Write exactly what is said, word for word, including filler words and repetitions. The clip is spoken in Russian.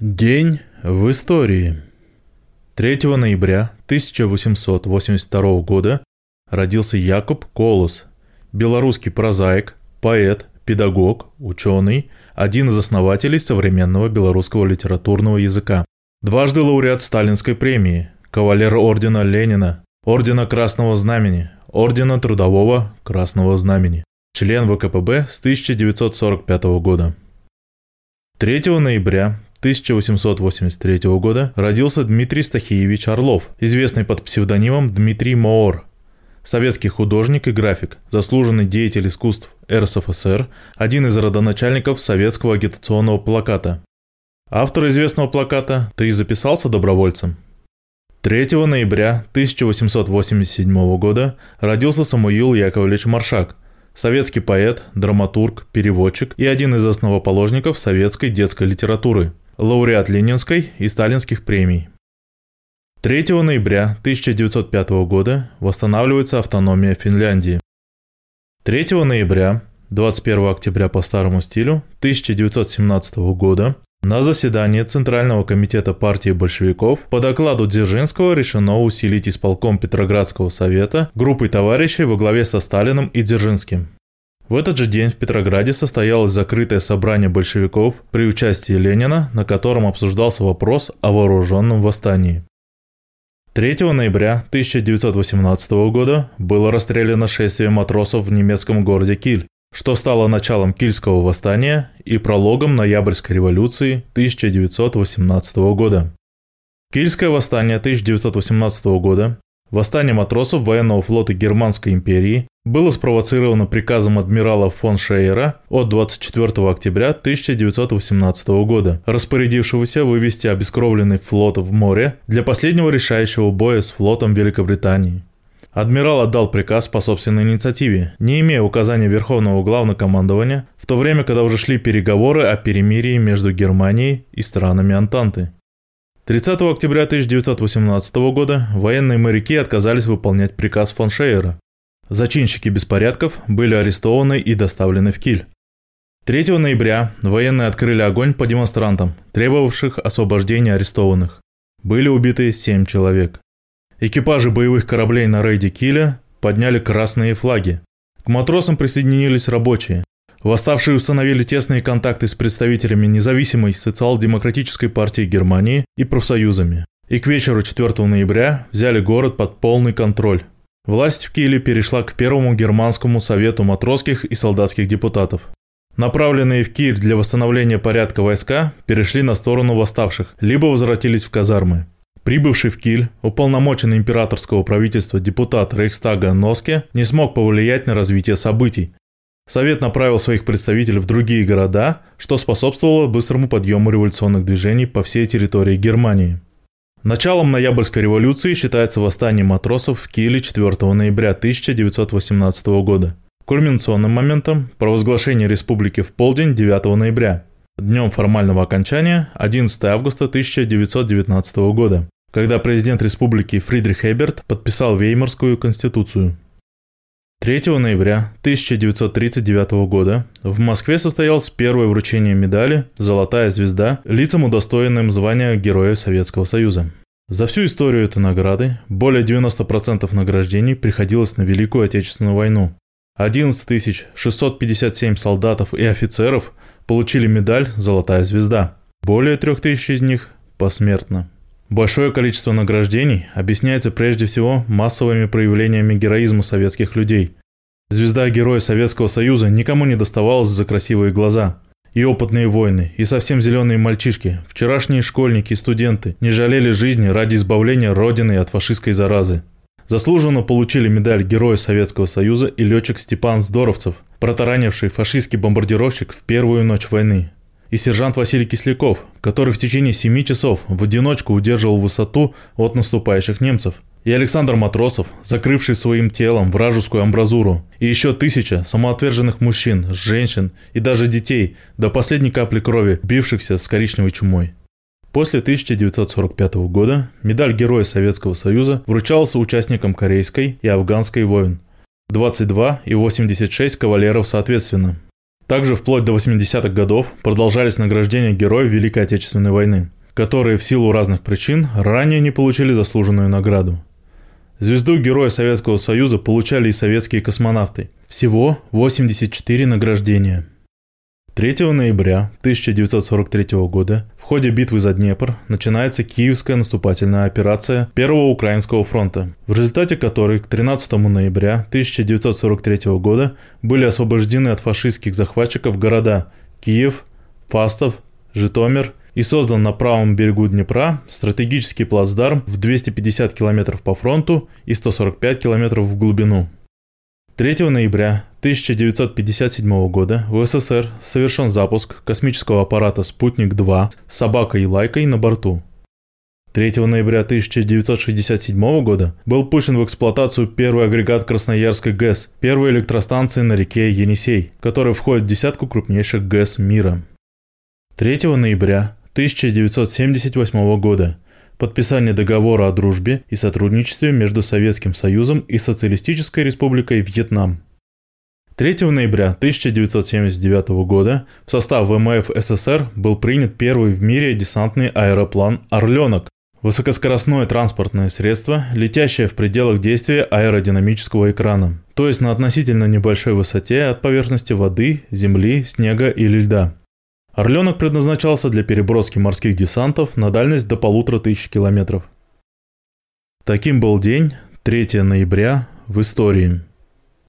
День в истории. третьего ноября тысяча восемьсот восемьдесят второго года родился Якуб Колос, белорусский прозаик, поэт, педагог, ученый, один из основателей современного белорусского литературного языка. Дважды лауреат Сталинской премии, кавалер ордена Ленина, ордена Красного Знамени, ордена Трудового Красного Знамени, член вэ ка пэ бэ с тысяча девятьсот сорок пятого года. третьего ноября тысяча восемьсот восемьдесят третьего года родился Дмитрий Стахиевич Орлов, известный под псевдонимом Дмитрий Моор, советский художник и график, заслуженный деятель искусств эр эс эф эс эр, один из родоначальников советского агитационного плаката. Автор известного плаката «Ты записался добровольцем?». третьего ноября тысяча восемьсот восемьдесят седьмого года родился Самуил Яковлевич Маршак, советский поэт, драматург, переводчик и один из основоположников советской детской литературы, лауреат Ленинской и Сталинских премий. третьего ноября тысяча девятьсот пятого года восстанавливается автономия Финляндии. третьего ноября, двадцать первого октября по старому стилю, тысяча девятьсот семнадцатого года на заседании Центрального комитета партии большевиков по докладу Дзержинского решено усилить исполком Петроградского совета группой товарищей во главе со Сталиным и Дзержинским. В этот же день в Петрограде состоялось закрытое собрание большевиков при участии Ленина, на котором обсуждался вопрос о вооруженном восстании. третьего ноября тысяча девятьсот восемнадцатого года было расстреляно шествие матросов в немецком городе Киль, что стало началом Кильского восстания и прологом Ноябрьской революции тысяча девятьсот восемнадцатого года. Кильское восстание тысяча девятьсот восемнадцатого года, восстание матросов военного флота Германской империи, было спровоцировано приказом адмирала фон Шейера от двадцать четвёртого октября тысяча девятьсот восемнадцатого года, распорядившегося вывести обескровленный флот в море для последнего решающего боя с флотом Великобритании. Адмирал отдал приказ по собственной инициативе, не имея указания Верховного Главнокомандования, в то время, когда уже шли переговоры о перемирии между Германией и странами Антанты. тридцатого октября тысяча девятьсот восемнадцатого года военные моряки отказались выполнять приказ фон Шейера. Зачинщики беспорядков были арестованы и доставлены в Киль. третьего ноября военные открыли огонь по демонстрантам, требовавших освобождения арестованных. Были убиты семь человек. Экипажи боевых кораблей на рейде Киля подняли красные флаги. К матросам присоединились рабочие. Восставшие установили тесные контакты с представителями независимой социал-демократической партии Германии и профсоюзами. И к вечеру четвёртого ноября взяли город под полный контроль. Власть в Киле перешла к Первому германскому совету матросских и солдатских депутатов. Направленные в Киль для восстановления порядка войска перешли на сторону восставших, либо возвратились в казармы. Прибывший в Киль, уполномоченный императорского правительства депутат Рейхстага Носке не смог повлиять на развитие событий. Совет направил своих представителей в другие города, что способствовало быстрому подъему революционных движений по всей территории Германии. Началом Ноябрьской революции считается восстание матросов в Киле четвёртого ноября тысяча девятьсот восемнадцатого года. Кульминационным моментом – провозглашение республики в полдень девятого ноября. Днем формального окончания – одиннадцатого августа тысяча девятьсот девятнадцатого года, когда президент республики Фридрих Эберт подписал Веймарскую конституцию. третьего ноября тысяча девятьсот тридцать девятого года в Москве состоялось первое вручение медали «Золотая звезда» лицам, удостоенным звания Героя Советского Союза. За всю историю этой награды более девяноста процентов награждений приходилось на Великую Отечественную войну. одиннадцать тысяч шестьсот пятьдесят семь солдатов и офицеров получили медаль «Золотая звезда». Более трех тысяч из них посмертно. Большое количество награждений объясняется прежде всего массовыми проявлениями героизма советских людей. Звезда Героя Советского Союза никому не доставалась за красивые глаза. И опытные воины, и совсем зеленые мальчишки, вчерашние школьники и студенты не жалели жизни ради избавления Родины от фашистской заразы. Заслуженно получили медаль Героя Советского Союза и летчик Степан Здоровцев, протаранивший фашистский бомбардировщик в первую ночь войны, и сержант Василий Кисляков, который в течение семи часов в одиночку удерживал высоту от наступающих немцев, и Александр Матросов, закрывший своим телом вражескую амбразуру, и еще тысяча самоотверженных мужчин, женщин и даже детей, до последней капли крови, бившихся с коричневой чумой. После тысяча девятьсот сорок пятого года медаль Героя Советского Союза вручался участникам Корейской и Афганской войн, двадцать два и восемьдесят шесть кавалеров соответственно. Также вплоть до восьмидесятых годов продолжались награждения героев Великой Отечественной войны, которые в силу разных причин ранее не получили заслуженную награду. Звезду Героя Советского Союза получали и советские космонавты. Всего восемьдесят четыре награждения. третьего ноября тысяча девятьсот сорок третьего года в ходе битвы за Днепр начинается Киевская наступательная операция Первого Украинского фронта, в результате которой к тринадцатому ноября тысяча девятьсот сорок третьего года были освобождены от фашистских захватчиков города Киев, Фастов, Житомир и создан на правом берегу Днепра стратегический плацдарм в двести пятьдесят километров по фронту и сто сорок пять километров в глубину. третьего ноября тысяча девятьсот пятьдесят седьмого года в СССР совершен запуск космического аппарата «Спутник-два» с собакой и лайкой на борту. третьего ноября тысяча девятьсот шестьдесят седьмого года был пущен в эксплуатацию первый агрегат Красноярской ГЭС, первой электростанции на реке Енисей, которая входит в десятку крупнейших ГЭС мира. третьего ноября тысяча девятьсот семьдесят восьмого года подписание договора о дружбе и сотрудничестве между Советским Союзом и Социалистической Республикой Вьетнам. третьего ноября тысяча девятьсот семьдесят девятого года в состав ВМФ СССР был принят первый в мире десантный аэроплан «Орленок» – высокоскоростное транспортное средство, летящее в пределах действия аэродинамического экрана, то есть на относительно небольшой высоте от поверхности воды, земли, снега или льда. «Орленок» предназначался для переброски морских десантов на дальность до полутора тысяч километров. Таким был день, третьего ноября, в истории.